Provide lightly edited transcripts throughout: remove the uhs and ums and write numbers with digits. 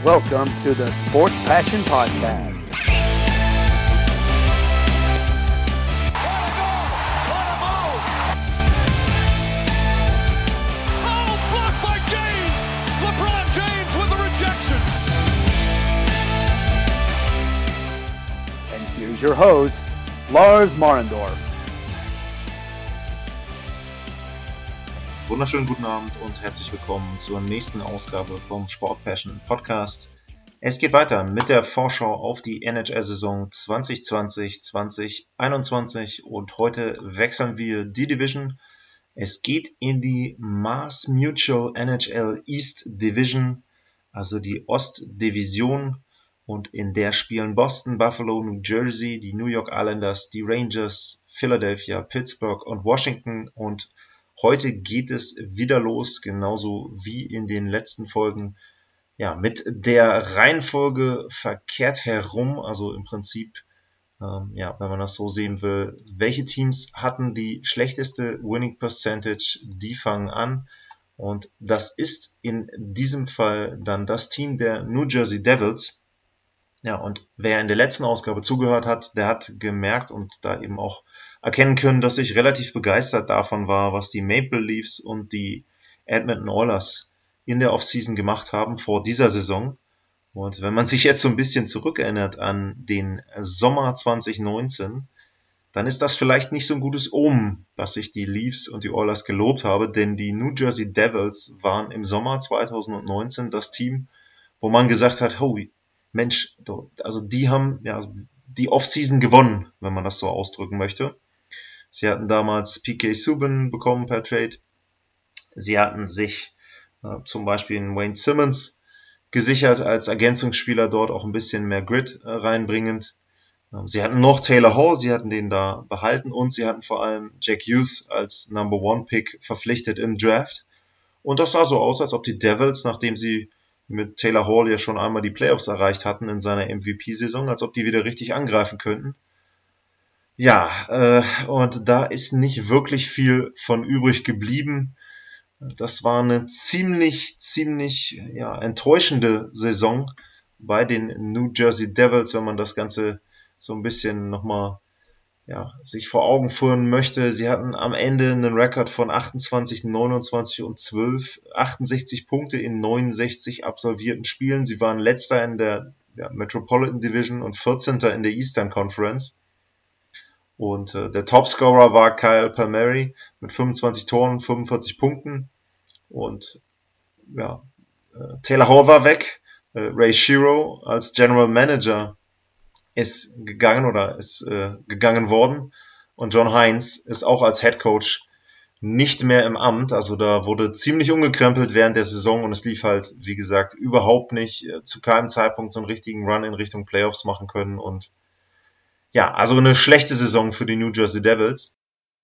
Welcome to the Sports Passion Podcast. And here's your host, Lars Marendorf. Wunderschönen guten Abend und herzlich willkommen zur nächsten Ausgabe vom Sport Passion Podcast. Es geht weiter mit der Vorschau auf die NHL-Saison 2020-2021 und heute wechseln wir die Division. Es geht in die Mass Mutual NHL East Division, also die Ostdivision, und in der spielen Boston, Buffalo, New Jersey, die New York Islanders, die Rangers, Philadelphia, Pittsburgh und Washington, und heute geht es wieder los, genauso wie in den letzten Folgen, ja, mit der Reihenfolge verkehrt herum, also im Prinzip, wenn man das so sehen will, welche Teams hatten die schlechteste Winning Percentage, die fangen an, und das ist in diesem Fall dann das Team der New Jersey Devils. Ja, und wer in der letzten Ausgabe zugehört hat, der hat gemerkt und da eben auch erkennen können, dass ich relativ begeistert davon war, was die Maple Leafs und die Edmonton Oilers in der Offseason gemacht haben vor dieser Saison. Und wenn man sich jetzt so ein bisschen zurückerinnert an den Sommer 2019, dann ist das vielleicht nicht so ein gutes Omen, dass ich die Leafs und die Oilers gelobt habe, denn die New Jersey Devils waren im Sommer 2019 das Team, wo man gesagt hat, Mensch, also die haben ja die Offseason gewonnen, wenn man das so ausdrücken möchte. Sie hatten damals PK Subban bekommen per Trade. Sie hatten sich zum Beispiel in Wayne Simmons gesichert als Ergänzungsspieler, dort auch ein bisschen mehr Grit reinbringend. Sie hatten noch Taylor Hall, sie hatten den da behalten, und sie hatten vor allem Jack Hughes als Number One Pick verpflichtet im Draft. Und das sah so aus, als ob die Devils, nachdem sie mit Taylor Hall ja schon einmal die Playoffs erreicht hatten in seiner MVP-Saison, als ob die wieder richtig angreifen könnten. Ja, und da ist nicht wirklich viel von übrig geblieben. Das war eine ziemlich enttäuschende Saison bei den New Jersey Devils, wenn man das Ganze so ein bisschen nochmal sich vor Augen führen möchte. Sie hatten am Ende einen Rekord von 28, 29 und 12, 68 Punkte in 69 absolvierten Spielen. Sie waren letzter in der Metropolitan Division und 14. in der Eastern Conference. Und der Topscorer war Kyle Palmieri mit 25 Toren und 45 Punkten. Und Taylor Hall war weg. Ray Shero als General Manager ist gegangen worden. Und John Hines ist auch als Head Coach nicht mehr im Amt. Also da wurde ziemlich umgekrempelt während der Saison, und es lief halt, wie gesagt, überhaupt nicht, zu keinem Zeitpunkt so einen richtigen Run in Richtung Playoffs machen können. Und ja, also eine schlechte Saison für die New Jersey Devils.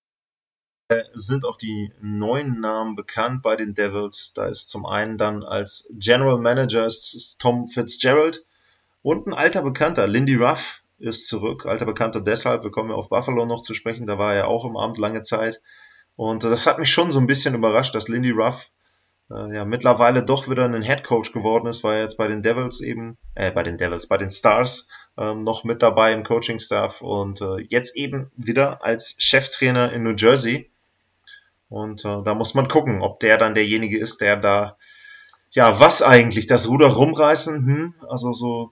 Sind auch die neuen Namen bekannt bei den Devils. Da ist zum einen dann als General Manager ist Tom Fitzgerald. Und ein alter Bekannter, Lindy Ruff, ist zurück. Alter Bekannter deshalb, wir kommen ja auf Buffalo noch zu sprechen, da war er auch im Amt lange Zeit. Und das hat mich schon so ein bisschen überrascht, dass Lindy Ruff mittlerweile doch wieder ein Head Coach geworden ist, weil er jetzt bei den Devils bei den Stars noch mit dabei im Coaching-Staff und jetzt eben wieder als Cheftrainer in New Jersey. Und da muss man gucken, ob der dann derjenige ist, der da, was eigentlich, das Ruder rumreißen, also so,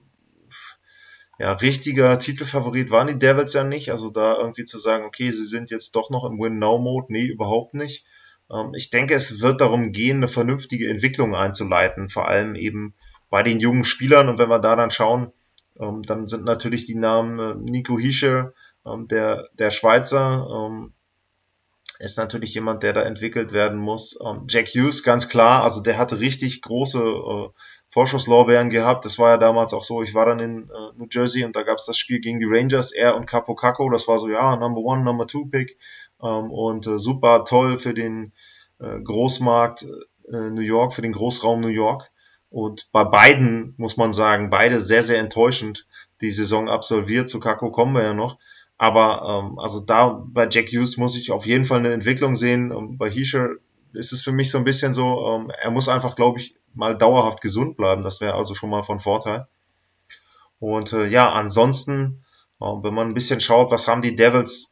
richtiger Titelfavorit waren die Devils ja nicht, also da irgendwie zu sagen, okay, sie sind jetzt doch noch im Win-Now-Mode, nee, überhaupt nicht. Ich denke, es wird darum gehen, eine vernünftige Entwicklung einzuleiten, vor allem eben bei den jungen Spielern, und wenn wir da dann schauen, dann sind natürlich die Namen Nico Hischier, der Schweizer, ist natürlich jemand, der da entwickelt werden muss. Jack Hughes, ganz klar, also der hatte richtig große Vorschusslorbeeren gehabt. Das war ja damals auch so, ich war dann in New Jersey und da gab es das Spiel gegen die Rangers, er und Capo Caco, das war so, Number One, Number Two Pick und super toll für den Großmarkt New York, für den Großraum New York. Und bei beiden muss man sagen, beide sehr, sehr enttäuschend die Saison absolviert. Zu Caco kommen wir ja noch. Aber also da bei Jack Hughes muss ich auf jeden Fall eine Entwicklung sehen. Bei Hischier ist es für mich so ein bisschen so, er muss einfach, glaube ich, mal dauerhaft gesund bleiben. Das wäre also schon mal von Vorteil. Und ja, ansonsten, wenn man ein bisschen schaut, was haben die Devils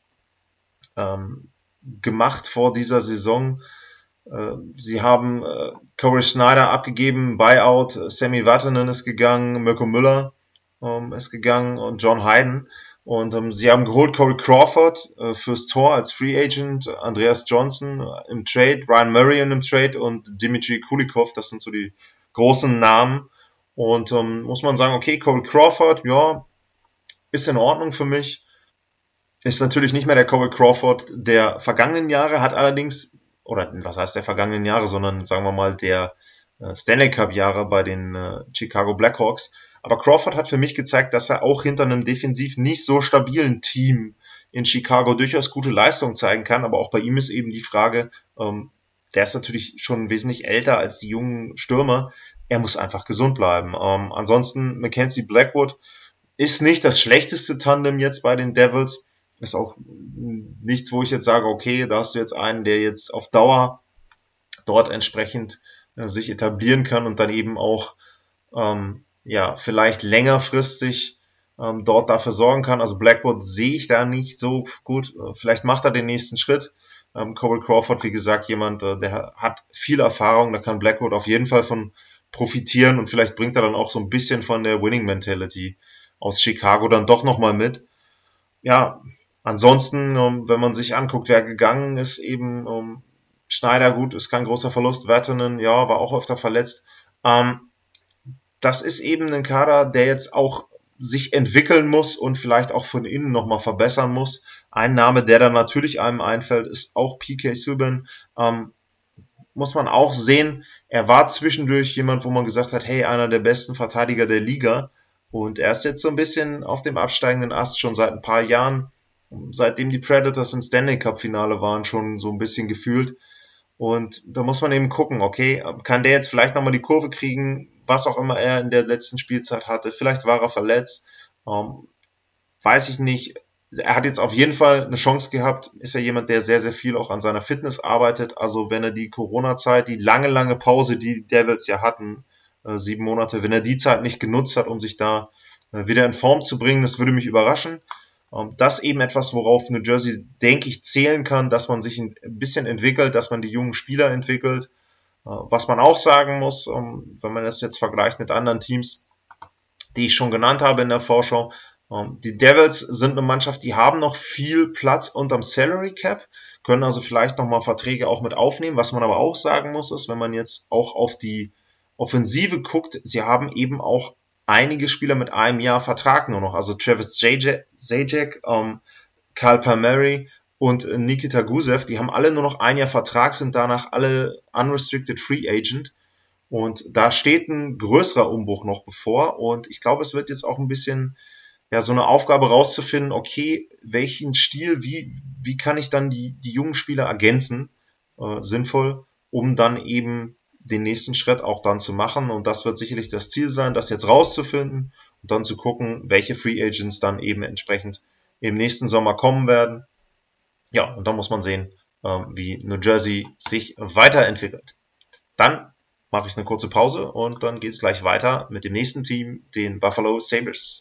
gemacht vor dieser Saison? Sie haben Corey Schneider abgegeben, Buyout, Sammy Vatanen ist gegangen, Mirko Müller ist gegangen und John Hayden. Und sie haben geholt Corey Crawford fürs Tor als Free Agent, Andreas Johnson im Trade, Ryan Murray in einem Trade und Dmitry Kulikov, das sind so die großen Namen. Und muss man sagen, okay, Corey Crawford, ja, ist in Ordnung für mich. Ist natürlich nicht mehr der Corey Crawford der vergangenen Jahre, hat allerdings, oder was heißt der vergangenen Jahre, sondern sagen wir mal der Stanley Cup Jahre bei den Chicago Blackhawks. Aber Crawford hat für mich gezeigt, dass er auch hinter einem defensiv nicht so stabilen Team in Chicago durchaus gute Leistung zeigen kann. Aber auch bei ihm ist eben die Frage, der ist natürlich schon wesentlich älter als die jungen Stürmer. Er muss einfach gesund bleiben. Ansonsten Mackenzie Blackwood ist nicht das schlechteste Tandem jetzt bei den Devils. Ist auch nichts, wo ich jetzt sage, okay, da hast du jetzt einen, der jetzt auf Dauer dort entsprechend sich etablieren kann und dann eben auch ja, vielleicht längerfristig dort dafür sorgen kann. Also Blackwood sehe ich da nicht so gut. Vielleicht macht er den nächsten Schritt. Corey Crawford, wie gesagt, jemand, der hat viel Erfahrung, da kann Blackwood auf jeden Fall von profitieren und vielleicht bringt er dann auch so ein bisschen von der Winning Mentality aus Chicago dann doch nochmal mit. Ja, ansonsten, wenn man sich anguckt, wer gegangen ist, eben Schneider, gut, ist kein großer Verlust, Vatanen, ja, war auch öfter verletzt. Das ist eben ein Kader, der jetzt auch sich entwickeln muss und vielleicht auch von innen nochmal verbessern muss. Ein Name, der dann natürlich einem einfällt, ist auch PK Subban. Muss man auch sehen, er war zwischendurch jemand, wo man gesagt hat, hey, einer der besten Verteidiger der Liga. Und er ist jetzt so ein bisschen auf dem absteigenden Ast schon seit ein paar Jahren, seitdem die Predators im Stanley Cup Finale waren, schon so ein bisschen gefühlt. Und da muss man eben gucken, okay, kann der jetzt vielleicht nochmal die Kurve kriegen, was auch immer er in der letzten Spielzeit hatte. Vielleicht war er verletzt, weiß ich nicht. Er hat jetzt auf jeden Fall eine Chance gehabt, ist ja jemand, der sehr, sehr viel auch an seiner Fitness arbeitet. Also wenn er die Corona-Zeit, die lange, lange Pause, die die Devils ja hatten, 7 Monate, wenn er die Zeit nicht genutzt hat, um sich da wieder in Form zu bringen, das würde mich überraschen. Das eben etwas, worauf New Jersey, denke ich, zählen kann, dass man sich ein bisschen entwickelt, dass man die jungen Spieler entwickelt. Was man auch sagen muss, wenn man das jetzt vergleicht mit anderen Teams, die ich schon genannt habe in der Vorschau, die Devils sind eine Mannschaft, die haben noch viel Platz unterm Salary Cap, können also vielleicht nochmal Verträge auch mit aufnehmen. Was man aber auch sagen muss, ist, wenn man jetzt auch auf die Offensive guckt, sie haben eben auch einige Spieler mit einem Jahr Vertrag nur noch. Also Travis Zajac, Kyle Palmieri und Nikita Gusev, die haben alle nur noch ein Jahr Vertrag, sind danach alle unrestricted free agent. Und da steht ein größerer Umbruch noch bevor. Und ich glaube, es wird jetzt auch ein bisschen ja so eine Aufgabe rauszufinden, okay, welchen Stil, wie kann ich dann die jungen Spieler ergänzen, sinnvoll, um dann eben den nächsten Schritt auch dann zu machen. Und das wird sicherlich das Ziel sein, das jetzt rauszufinden und dann zu gucken, welche Free Agents dann eben entsprechend im nächsten Sommer kommen werden. Ja, und dann muss man sehen, wie New Jersey sich weiterentwickelt. Dann mache ich eine kurze Pause und dann geht es gleich weiter mit dem nächsten Team, den Buffalo Sabres.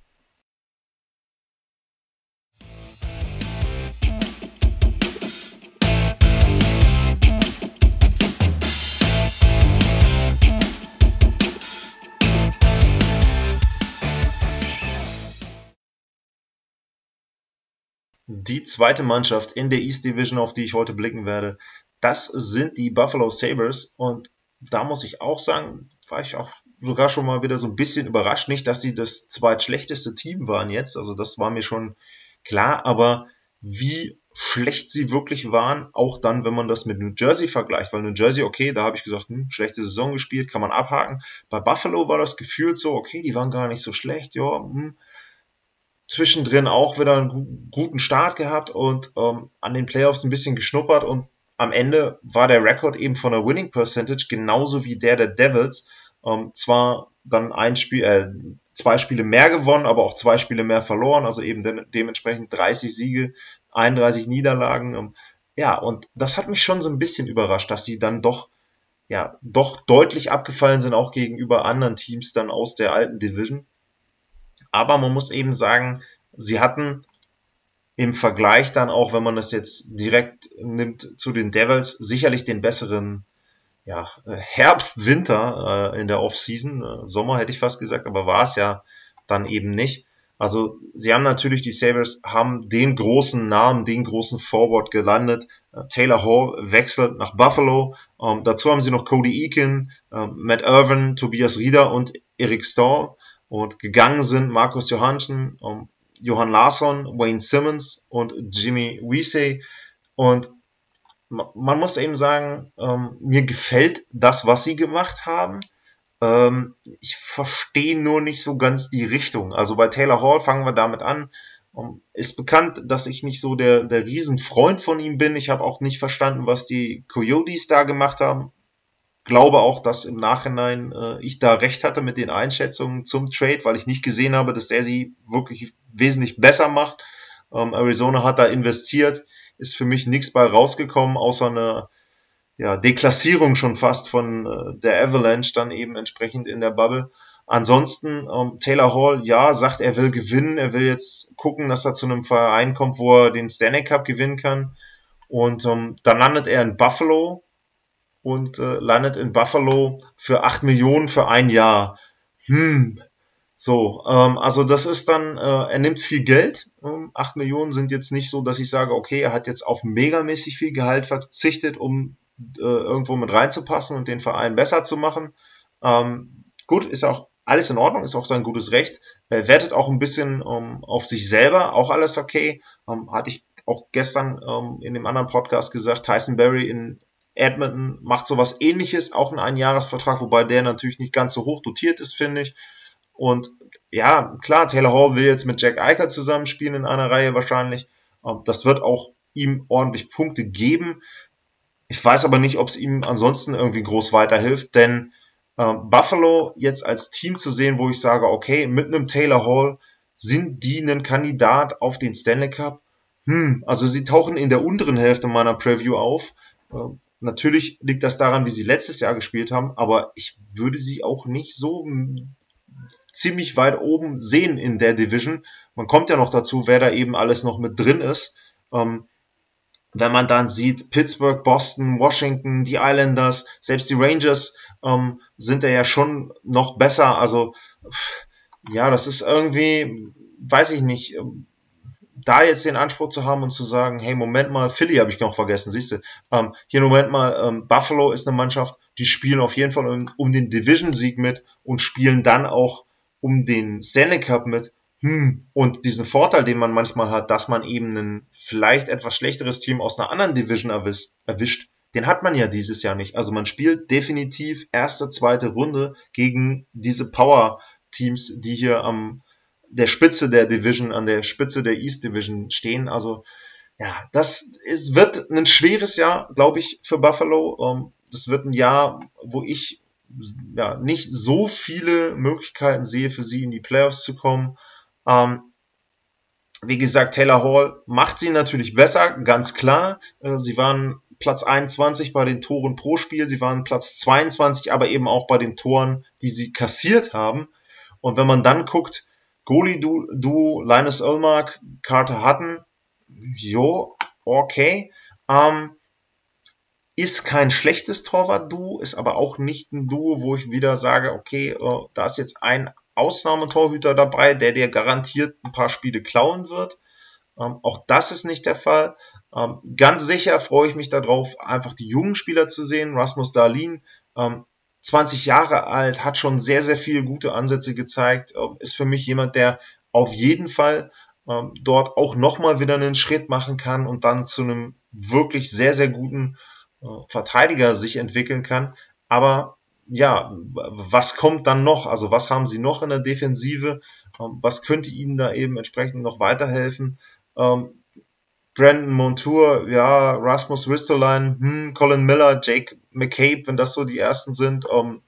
Die zweite Mannschaft in der East Division, auf die ich heute blicken werde, das sind die Buffalo Sabres. Und da muss ich auch sagen, war ich auch sogar schon mal wieder so ein bisschen überrascht. Nicht, dass sie das zweitschlechteste Team waren jetzt, also das war mir schon klar, aber wie schlecht sie wirklich waren, auch dann, wenn man das mit New Jersey vergleicht, weil New Jersey, okay, da habe ich gesagt, schlechte Saison gespielt, kann man abhaken. Bei Buffalo war das Gefühl so, okay, die waren gar nicht so schlecht, ja, zwischendrin auch wieder einen guten Start gehabt und an den Playoffs ein bisschen geschnuppert und am Ende war der Rekord eben von der Winning Percentage genauso wie der Devils. Zwar dann 2 Spiele mehr gewonnen, aber auch 2 Spiele mehr verloren, also eben dementsprechend 30 Siege, 31 Niederlagen. Ja, und das hat mich schon so ein bisschen überrascht, dass sie dann doch deutlich abgefallen sind, auch gegenüber anderen Teams dann aus der alten Division. Aber man muss eben sagen, sie hatten im Vergleich dann auch, wenn man das jetzt direkt nimmt zu den Devils, sicherlich den besseren Herbst, Winter in der Offseason. Sommer hätte ich fast gesagt, aber war es ja dann eben nicht. Also sie haben natürlich, die Sabres haben den großen Namen, den großen Forward gelandet. Taylor Hall wechselt nach Buffalo. Dazu haben sie noch Cody Eakin, Matt Irvin, Tobias Rieder und Eric Stahl. Und gegangen sind Markus Johansson, Johan Larsson, Wayne Simmons und Jimmy Vesey. Und man muss eben sagen, mir gefällt das, was sie gemacht haben. Ich verstehe nur nicht so ganz die Richtung. Also bei Taylor Hall fangen wir damit an. Ist bekannt, dass ich nicht so der Riesenfreund von ihm bin. Ich habe auch nicht verstanden, was die Coyotes da gemacht haben. Glaube auch, dass im Nachhinein ich da recht hatte mit den Einschätzungen zum Trade, weil ich nicht gesehen habe, dass er sie wirklich wesentlich besser macht. Arizona hat da investiert, ist für mich nichts bei rausgekommen, außer eine Deklassierung schon fast von der Avalanche dann eben entsprechend in der Bubble. Ansonsten, Taylor Hall, ja, sagt, er will gewinnen, er will jetzt gucken, dass er zu einem Verein kommt, wo er den Stanley Cup gewinnen kann. Und dann landet er in Buffalo und landet in Buffalo für 8 Millionen für ein Jahr. Also das ist dann, er nimmt viel Geld. 8 Millionen sind jetzt nicht so, dass ich sage, okay, er hat jetzt auf megamäßig viel Gehalt verzichtet, um irgendwo mit reinzupassen und den Verein besser zu machen. Gut, ist auch alles in Ordnung, ist auch sein gutes Recht. Er wettet auch ein bisschen auf sich selber, auch alles okay. Hatte ich auch gestern in dem anderen Podcast gesagt, Tyson Barrie in Edmonton macht sowas Ähnliches, auch einen Einjahresvertrag, wobei der natürlich nicht ganz so hoch dotiert ist, finde ich. Und ja, klar, Taylor Hall will jetzt mit Jack Eichel zusammenspielen in einer Reihe wahrscheinlich. Das wird auch ihm ordentlich Punkte geben. Ich weiß aber nicht, ob es ihm ansonsten irgendwie groß weiterhilft, denn Buffalo jetzt als Team zu sehen, wo ich sage, okay, mit einem Taylor Hall sind die ein Kandidat auf den Stanley Cup. Also sie tauchen in der unteren Hälfte meiner Preview auf. Natürlich liegt das daran, wie sie letztes Jahr gespielt haben, aber ich würde sie auch nicht so ziemlich weit oben sehen in der Division. Man kommt ja noch dazu, wer da eben alles noch mit drin ist. Wenn man dann sieht, Pittsburgh, Boston, Washington, die Islanders, selbst die Rangers sind ja schon noch besser. Also ja, das ist irgendwie, weiß ich nicht, da jetzt den Anspruch zu haben und zu sagen, hey, Moment mal, Philly habe ich noch vergessen, siehst du. Hier, Moment mal, Buffalo ist eine Mannschaft, die spielen auf jeden Fall um den Division-Sieg mit und spielen dann auch um den Stanley Cup mit. Und diesen Vorteil, den man manchmal hat, dass man eben ein vielleicht etwas schlechteres Team aus einer anderen Division erwischt, den hat man ja dieses Jahr nicht. Also man spielt definitiv erste, zweite Runde gegen diese Power-Teams, die hier am der Spitze der Division, an der Spitze der East Division stehen. Also ja, wird ein schweres Jahr, glaube ich, für Buffalo. Das wird ein Jahr, wo ich nicht so viele Möglichkeiten sehe, für sie in die Playoffs zu kommen. Wie gesagt, Taylor Hall macht sie natürlich besser, ganz klar. Sie waren Platz 21 bei den Toren pro Spiel, sie waren Platz 22, aber eben auch bei den Toren, die sie kassiert haben. Und wenn man dann guckt, Goalie-Duo, Linus Ullmark, Carter Hutton, okay. Ist kein schlechtes Torwart-Duo, ist aber auch nicht ein Duo, wo ich wieder sage, okay, da ist jetzt ein Ausnahmetorhüter dabei, der dir garantiert ein paar Spiele klauen wird. Auch das ist nicht der Fall. Ganz sicher freue ich mich darauf, einfach die jungen Spieler zu sehen. Rasmus Dahlin, 20 Jahre alt, hat schon sehr, sehr viele gute Ansätze gezeigt, ist für mich jemand, der auf jeden Fall dort auch nochmal wieder einen Schritt machen kann und dann zu einem wirklich sehr, sehr guten Verteidiger sich entwickeln kann. Aber ja, was kommt dann noch? Also was haben sie noch in der Defensive? Was könnte ihnen da eben entsprechend noch weiterhelfen? Brandon Montour, ja, Rasmus Ristolainen, Colin Miller, Jake McCabe, wenn das so die ersten sind.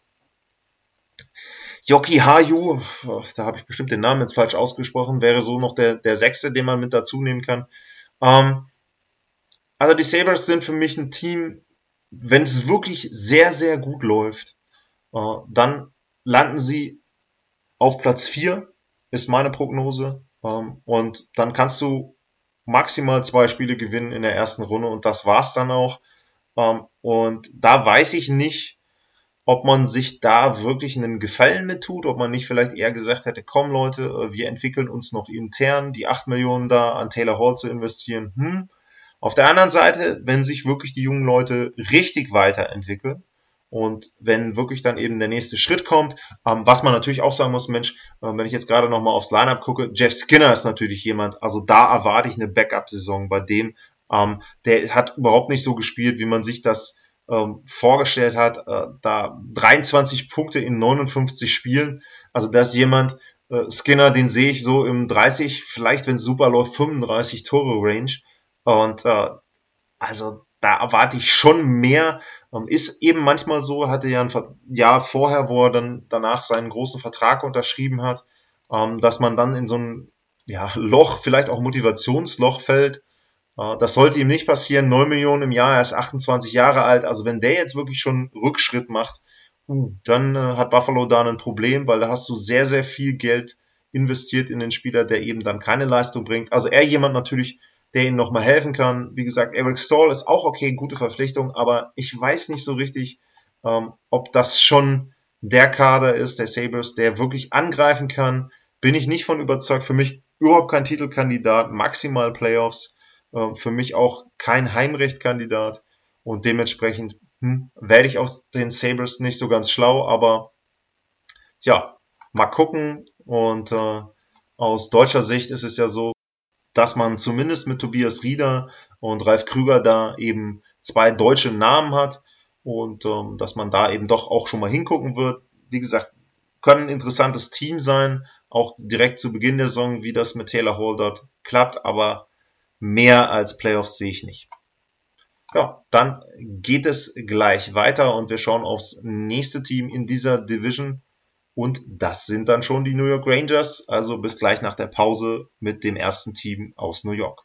Joki Haju, da habe ich bestimmt den Namen jetzt falsch ausgesprochen, wäre so noch der Sechste, den man mit dazu nehmen kann. Also die Sabres sind für mich ein Team, wenn es wirklich sehr, sehr gut läuft, dann landen sie auf Platz 4 ist meine Prognose. Und dann kannst du maximal 2 Spiele gewinnen in der ersten Runde und das war's dann auch. Und da weiß ich nicht, ob man sich da wirklich einen Gefallen mit tut, ob man nicht vielleicht eher gesagt hätte, komm Leute, wir entwickeln uns noch intern, die 8 Millionen da an Taylor Hall zu investieren. Auf der anderen Seite, wenn sich wirklich die jungen Leute richtig weiterentwickeln und wenn wirklich dann eben der nächste Schritt kommt, was man natürlich auch sagen muss, Mensch, wenn ich jetzt gerade nochmal aufs Lineup gucke, Jeff Skinner ist natürlich jemand, also da erwarte ich eine Backup-Saison bei dem, der hat überhaupt nicht so gespielt, wie man sich das vorgestellt hat, da 23 Punkte in 59 Spielen, also da ist jemand, Skinner, den sehe ich so im 30, vielleicht wenn es super läuft, 35 Tore Range und also da erwarte ich schon mehr. Ist eben manchmal so, hatte ja ein Jahr vorher, wo er dann danach seinen großen Vertrag unterschrieben hat, dass man dann in so ein Loch, vielleicht auch Motivationsloch fällt. Das sollte ihm nicht passieren. 9 Millionen im Jahr, er ist 28 Jahre alt. Also wenn der jetzt wirklich schon Rückschritt macht, dann hat Buffalo da ein Problem, weil da hast du sehr, sehr viel Geld investiert in den Spieler, der eben dann keine Leistung bringt. Also er jemand natürlich, der ihnen nochmal helfen kann. Wie gesagt, Eric Staal ist auch okay, gute Verpflichtung, aber ich weiß nicht so richtig, ob das schon der Kader ist, der Sabres, der wirklich angreifen kann. Bin ich nicht von überzeugt. Für mich überhaupt kein Titelkandidat, maximal Playoffs. Für mich auch kein Heimrechtkandidat und dementsprechend werde ich aus den Sabres nicht so ganz schlau, aber ja, mal gucken und aus deutscher Sicht ist es ja so, dass man zumindest mit Tobias Rieder und Ralf Krüger da eben 2 deutsche Namen hat und dass man da eben doch auch schon mal hingucken wird. Wie gesagt, kann ein interessantes Team sein, auch direkt zu Beginn der Saison, wie das mit Taylor Hall dort klappt, aber mehr als Playoffs sehe ich nicht. Ja, dann geht es gleich weiter und wir schauen aufs nächste Team in dieser Division und das sind dann schon die New York Rangers, also bis gleich nach der Pause mit dem ersten Team aus New York.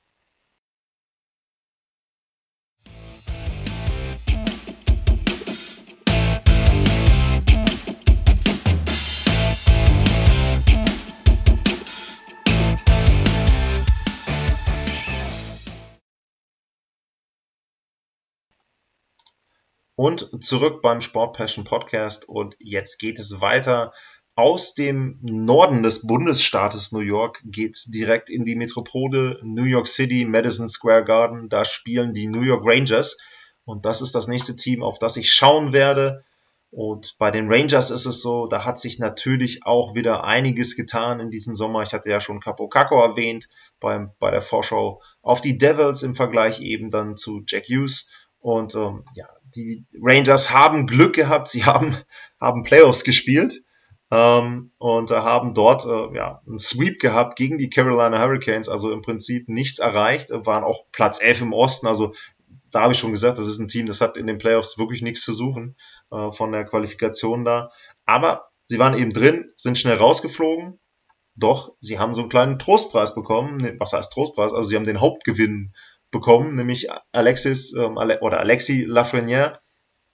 Und zurück beim Sport Passion Podcast und jetzt geht es weiter. Aus dem Norden des Bundesstaates New York geht's direkt in die Metropole New York City, Madison Square Garden. Da spielen die New York Rangers und das ist das nächste Team, auf das ich schauen werde. Und bei den Rangers ist es so, da hat sich natürlich auch wieder einiges getan in diesem Sommer. Ich hatte ja schon Kaapo Kakko erwähnt bei der Vorschau auf die Devils im Vergleich eben dann zu Jack Hughes. Und die Rangers haben Glück gehabt, sie haben Playoffs gespielt und haben dort einen Sweep gehabt gegen die Carolina Hurricanes, also im Prinzip nichts erreicht, waren auch Platz 11 im Osten, also da habe ich schon gesagt, das ist ein Team, das hat in den Playoffs wirklich nichts zu suchen von der Qualifikation da, aber sie waren eben drin, sind schnell rausgeflogen, doch sie haben so einen kleinen Trostpreis bekommen, was heißt Trostpreis, also sie haben den Hauptgewinn bekommen, nämlich Alexis Lafreniere.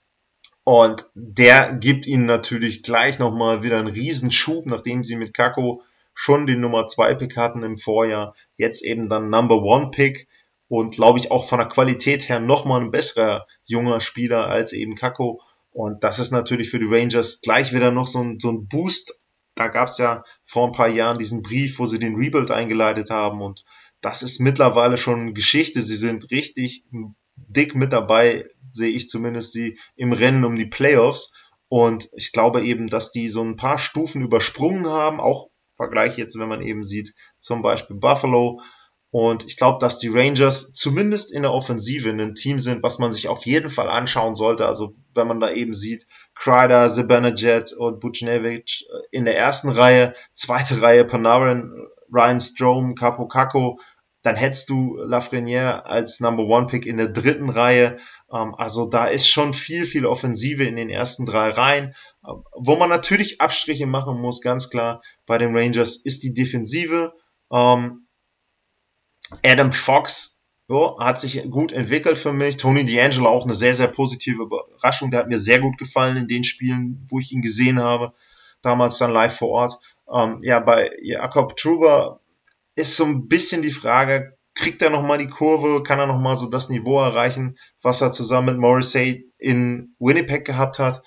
Und der gibt ihnen natürlich gleich nochmal wieder einen Riesenschub, nachdem sie mit Kakko schon den Nummer 2 Pick hatten im Vorjahr. Jetzt eben dann Number 1 Pick und glaube ich auch von der Qualität her nochmal ein besserer junger Spieler als eben Kakko. Und das ist natürlich für die Rangers gleich wieder noch so ein Boost. Da gab es ja vor ein paar Jahren diesen Brief, wo sie den Rebuild eingeleitet haben und das ist mittlerweile schon Geschichte. Sie sind richtig dick mit dabei, sehe ich zumindest sie im Rennen um die Playoffs. Und ich glaube eben, dass die so ein paar Stufen übersprungen haben, auch im Vergleich jetzt, wenn man eben sieht, zum Beispiel Buffalo. Und ich glaube, dass die Rangers zumindest in der Offensive ein Team sind, was man sich auf jeden Fall anschauen sollte. Also wenn man da eben sieht, Kreider, Zibanejad und Buchnevich in der ersten Reihe, zweite Reihe Panarin, Ryan Strome, Kaapo Kakko, dann hättest du Lafreniere als Number 1 Pick in der dritten Reihe. Also da ist schon viel Offensive in den ersten 3 Reihen. Wo man natürlich Abstriche machen muss, ganz klar, bei den Rangers ist die Defensive. Adam Fox ja, hat sich gut entwickelt für mich. Tony D'Angelo auch eine sehr, sehr positive Überraschung. Der hat mir sehr gut gefallen in den Spielen, wo ich ihn gesehen habe. Damals dann live vor Ort. Ja, bei Jakob Truber ist so ein bisschen die Frage, kriegt er nochmal die Kurve? Kann er nochmal so das Niveau erreichen, was er zusammen mit Morrissey in Winnipeg gehabt hat?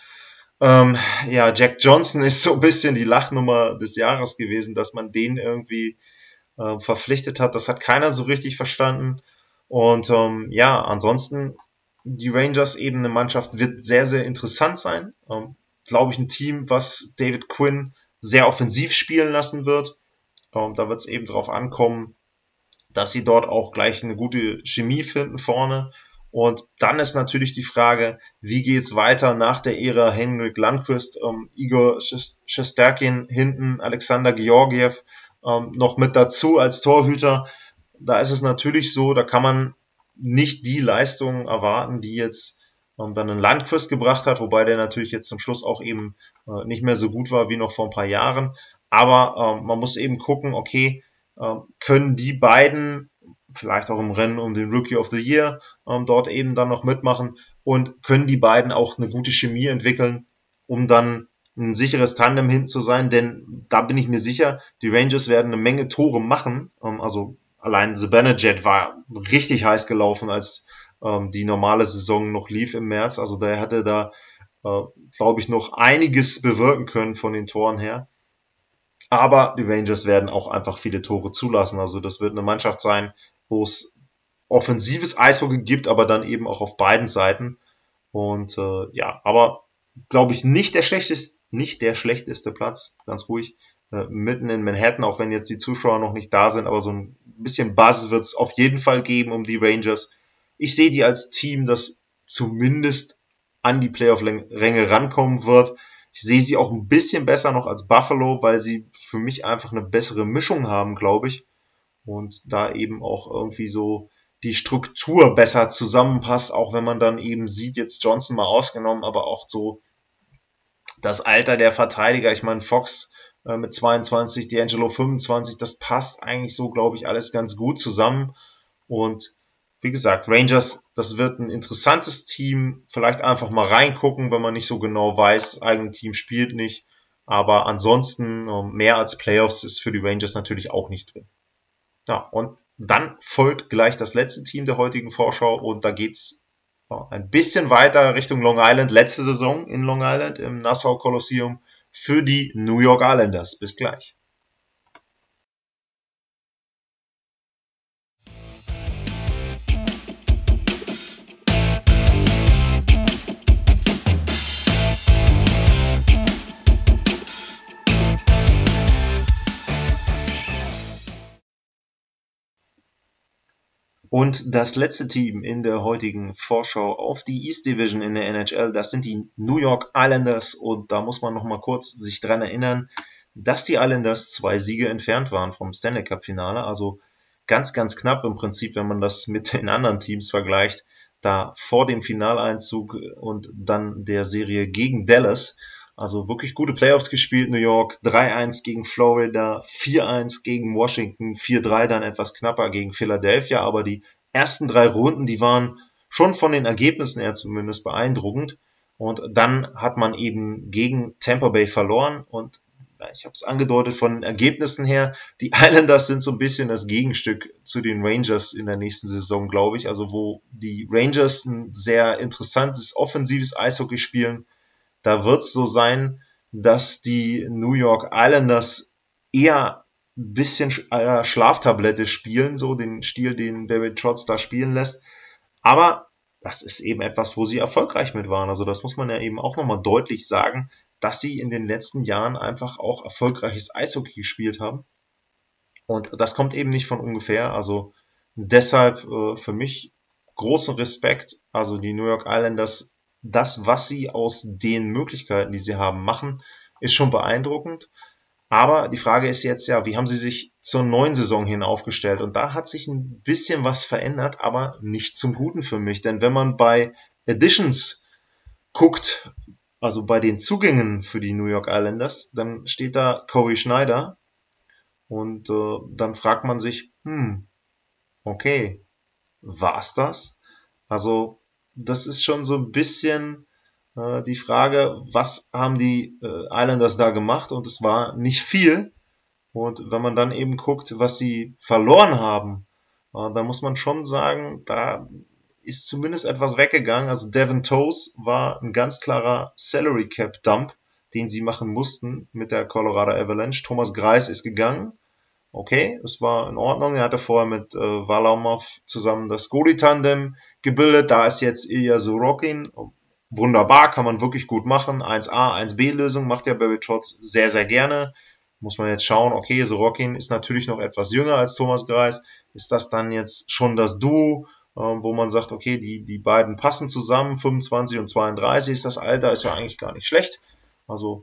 Ja, Jack Johnson ist so ein bisschen die Lachnummer des Jahres gewesen, dass man den irgendwie verpflichtet hat. Das hat keiner so richtig verstanden. Und ja, ansonsten die Rangers eben eine Mannschaft wird sehr, sehr interessant sein. Glaube ich, ein Team, was David Quinn sehr offensiv spielen lassen wird. Da wird es eben darauf ankommen, dass sie dort auch gleich eine gute Chemie finden vorne. Und dann ist natürlich die Frage, wie geht's weiter nach der Ära Henrik Lundqvist, Igor Shesterkin hinten, Alexander Georgiev noch mit dazu als Torhüter. Da ist es natürlich so, da kann man nicht die Leistungen erwarten, die jetzt dann ein Lundqvist gebracht hat, wobei der natürlich jetzt zum Schluss auch eben nicht mehr so gut war wie noch vor ein paar Jahren. Aber man muss eben gucken, okay, können die beiden vielleicht auch im Rennen um den Rookie of the Year dort eben dann noch mitmachen und können die beiden auch eine gute Chemie entwickeln, um dann ein sicheres Tandem hin zu sein, denn da bin ich mir sicher, die Rangers werden eine Menge Tore machen. Also allein Zibanejad war richtig heiß gelaufen, als die normale Saison noch lief im März. Also der hätte da, glaube ich, noch einiges bewirken können von den Toren her. Aber die Rangers werden auch einfach viele Tore zulassen. Also das wird eine Mannschaft sein, wo es offensives Eishockey gibt, aber dann eben auch auf beiden Seiten. Und ja, aber glaube ich nicht der schlechteste Platz, ganz ruhig, mitten in Manhattan, auch wenn jetzt die Zuschauer noch nicht da sind, aber so ein bisschen Buzz wird es auf jeden Fall geben um die Rangers. Ich sehe die als Team, das zumindest an die Playoff-Ränge rankommen wird. Ich sehe sie auch ein bisschen besser noch als Buffalo, weil sie für mich einfach eine bessere Mischung haben, glaube ich. Und da eben auch irgendwie so die Struktur besser zusammenpasst, auch wenn man dann eben sieht, jetzt Johnson mal ausgenommen, aber auch so das Alter der Verteidiger. Ich meine, Fox mit 22, D'Angelo 25, das passt eigentlich so, glaube ich, alles ganz gut zusammen. Und wie gesagt, Rangers, das wird ein interessantes Team. Vielleicht einfach mal reingucken, wenn man nicht so genau weiß, eigenes Team spielt nicht. Aber ansonsten mehr als Playoffs ist für die Rangers natürlich auch nicht drin. Ja, und dann folgt gleich das letzte Team der heutigen Vorschau und da geht's ein bisschen weiter Richtung Long Island. Letzte Saison in Long Island im Nassau Coliseum für die New York Islanders. Bis gleich. Und das letzte Team in der heutigen Vorschau auf die East Division in der NHL, das sind die New York Islanders. Und da muss man noch mal kurz sich dran erinnern, dass die Islanders 2 Siege entfernt waren vom Stanley Cup Finale. Also ganz, ganz knapp im Prinzip, wenn man das mit den anderen Teams vergleicht. Da vor dem Finaleinzug und dann der Serie gegen Dallas. Also wirklich gute Playoffs gespielt, New York. 3-1 gegen Florida, 4-1 gegen Washington, 4-3 dann etwas knapper gegen Philadelphia. Aber die ersten 3 Runden, die waren schon von den Ergebnissen her zumindest beeindruckend. Und dann hat man eben gegen Tampa Bay verloren. Und ich habe es angedeutet von den Ergebnissen her, die Islanders sind so ein bisschen das Gegenstück zu den Rangers in der nächsten Saison, glaube ich. Also wo die Rangers ein sehr interessantes offensives Eishockey spielen, da wird es so sein, dass die New York Islanders eher ein bisschen Schlaftablette spielen, so den Stil, den Barry Trotz da spielen lässt. Aber das ist eben etwas, wo sie erfolgreich mit waren. Also das muss man ja eben auch nochmal deutlich sagen, dass sie in den letzten Jahren einfach auch erfolgreiches Eishockey gespielt haben. Und das kommt eben nicht von ungefähr. Also deshalb für mich großen Respekt. Also die New York Islanders, das, was sie aus den Möglichkeiten, die sie haben, machen, ist schon beeindruckend. Aber die Frage ist jetzt ja, wie haben sie sich zur neuen Saison hin aufgestellt? Und da hat sich ein bisschen was verändert, aber nicht zum Guten für mich. Denn wenn man bei Additions guckt, also bei den Zugängen für die New York Islanders, dann steht da Corey Schneider und dann fragt man sich, okay, war's das? Also, das ist schon so ein bisschen die Frage, was haben die Islanders da gemacht? Und es war nicht viel. Und wenn man dann eben guckt, was sie verloren haben, dann muss man schon sagen, da ist zumindest etwas weggegangen. Also Devin Toews war ein ganz klarer Salary Cap Dump, den sie machen mussten mit der Colorado Avalanche. Thomas Greiss ist gegangen. Okay, es war in Ordnung. Er hatte vorher mit Varlamov zusammen das Goalie-Tandem gebildet. Da ist jetzt Ilya Sorokin. Wunderbar, kann man wirklich gut machen. 1A, 1B-Lösung macht ja Barry Trotz sehr, sehr gerne. Muss man jetzt schauen, okay, Sorokin ist natürlich noch etwas jünger als Thomas Greiss. Ist das dann jetzt schon das Duo, wo man sagt, okay, die beiden passen zusammen, 25 und 32 ist das Alter, ist ja eigentlich gar nicht schlecht. Also,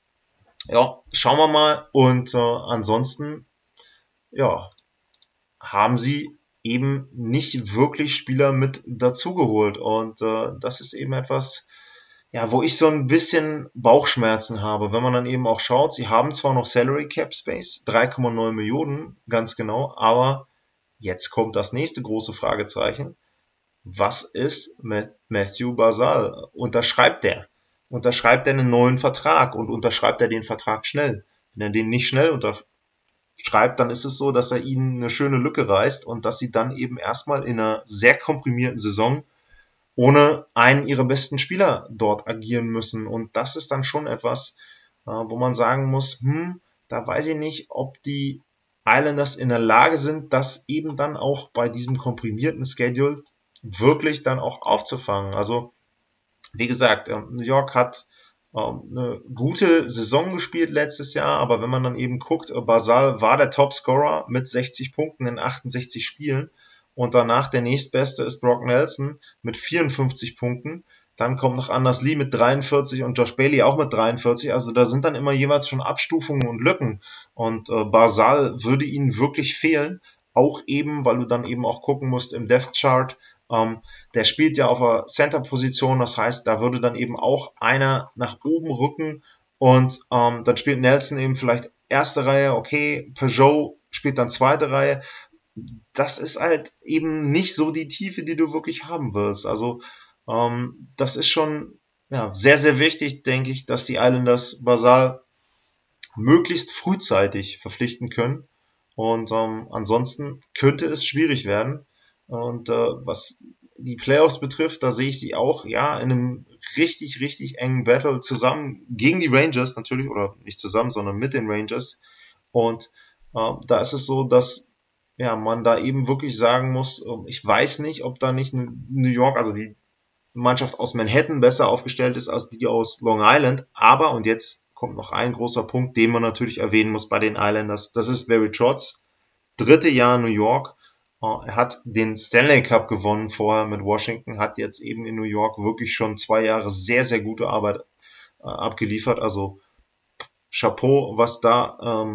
ja, schauen wir mal. Und ansonsten, ja, haben sie eben nicht wirklich Spieler mit dazugeholt. Und das ist eben etwas, ja, wo ich so ein bisschen Bauchschmerzen habe. Wenn man dann eben auch schaut, sie haben zwar noch Salary Cap Space, 3,9 Millionen, ganz genau, aber jetzt kommt das nächste große Fragezeichen. Was ist mit Matthew Barzal? Unterschreibt der? Unterschreibt er einen neuen Vertrag und unterschreibt er den Vertrag schnell? Wenn er den nicht schnell unterschreibt, dann ist es so, dass er ihnen eine schöne Lücke reißt und dass sie dann eben erstmal in einer sehr komprimierten Saison ohne einen ihrer besten Spieler dort agieren müssen. Und das ist dann schon etwas, wo man sagen muss, da weiß ich nicht, ob die Islanders in der Lage sind, das eben dann auch bei diesem komprimierten Schedule wirklich dann auch aufzufangen. Also, wie gesagt, New York hat eine gute Saison gespielt letztes Jahr, aber wenn man dann eben guckt, Barzal war der Topscorer mit 60 Punkten in 68 Spielen und danach der nächstbeste ist Brock Nelson mit 54 Punkten. Dann kommt noch Anders Lee mit 43 und Josh Bailey auch mit 43. Also da sind dann immer jeweils schon Abstufungen und Lücken. Und Barzal würde ihnen wirklich fehlen. Auch eben, weil du dann eben auch gucken musst im Depth Chart. Der spielt ja auf der Center-Position. Das heißt, da würde dann eben auch einer nach oben rücken. Und dann spielt Nelson eben vielleicht erste Reihe. Okay, Peugeot spielt dann zweite Reihe. Das ist halt eben nicht so die Tiefe, die du wirklich haben willst. Also das ist schon sehr, sehr wichtig, denke ich, dass die Islanders Barzal möglichst frühzeitig verpflichten können. Und ansonsten könnte es schwierig werden. Und was die Playoffs betrifft, da sehe ich sie auch in einem richtig, richtig engen Battle zusammen gegen die Rangers natürlich, oder nicht zusammen, sondern mit den Rangers. Und da ist es so, dass man da eben wirklich sagen muss, ich weiß nicht, ob da nicht New York, also die Mannschaft aus Manhattan besser aufgestellt ist als die aus Long Island. Aber, und jetzt kommt noch ein großer Punkt, den man natürlich erwähnen muss bei den Islanders, das ist Barry Trotz. 3. Jahr in New York. Er hat den Stanley Cup gewonnen vorher mit Washington, hat jetzt eben in New York wirklich schon 2 Jahre sehr, sehr gute Arbeit abgeliefert. Also Chapeau, was da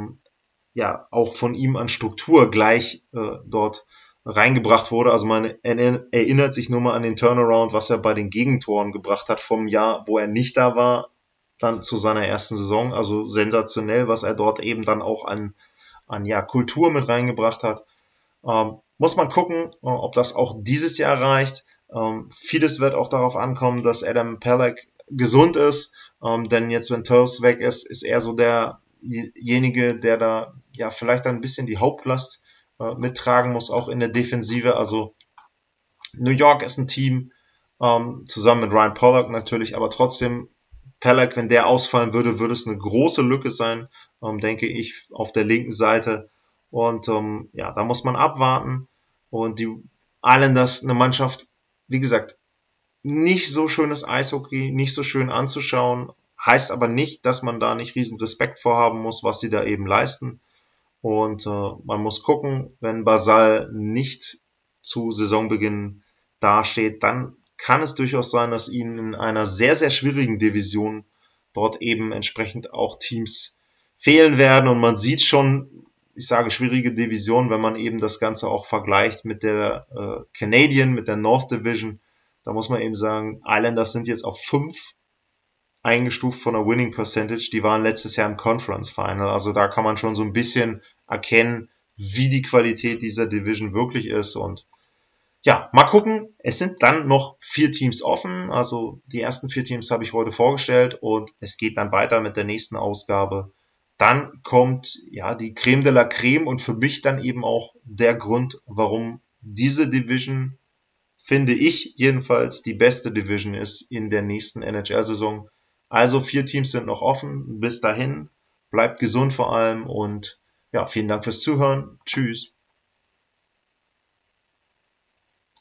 auch von ihm an Struktur gleich dort reingebracht wurde. Also man erinnert sich nur mal an den Turnaround, was er bei den Gegentoren gebracht hat vom Jahr, wo er nicht da war, dann zu seiner ersten Saison. Also sensationell, was er dort eben dann auch an Kultur mit reingebracht hat. Muss man gucken, ob das auch dieses Jahr reicht. Vieles wird auch darauf ankommen, dass Adam Pelech gesund ist, denn jetzt, wenn Toews weg ist, ist er so derjenige, der da vielleicht ein bisschen die Hauptlast mittragen muss, auch in der Defensive. Also New York ist ein Team, zusammen mit Ryan Pollock natürlich, aber trotzdem Pelech, wenn der ausfallen würde, würde es eine große Lücke sein, denke ich, auf der linken Seite. Und da muss man abwarten. Und die Islanders, eine Mannschaft, wie gesagt, nicht so schönes Eishockey, nicht so schön anzuschauen, heißt aber nicht, dass man da nicht riesen Respekt vorhaben muss, was sie da eben leisten. Und man muss gucken, wenn Barzal nicht zu Saisonbeginn dasteht, dann kann es durchaus sein, dass ihnen in einer sehr, sehr schwierigen Division dort eben entsprechend auch Teams fehlen werden. Und man sieht schon, ich sage schwierige Division, wenn man eben das Ganze auch vergleicht mit der Canadian, mit der North Division. Da muss man eben sagen, Islanders sind jetzt auf 5 eingestuft von der Winning Percentage. Die waren letztes Jahr im Conference Final. Also da kann man schon so ein bisschen erkennen, wie die Qualität dieser Division wirklich ist. Und Ja, mal gucken. Es sind dann noch 4 Teams offen. Also die ersten 4 Teams habe ich heute vorgestellt und es geht dann weiter mit der nächsten Ausgabe. Dann kommt ja die Creme de la Creme und für mich dann eben auch der Grund, warum diese Division, finde ich jedenfalls, die beste Division ist in der nächsten NHL-Saison. Also 4 Teams sind noch offen. Bis dahin, bleibt gesund vor allem und ja, vielen Dank fürs Zuhören. Tschüss.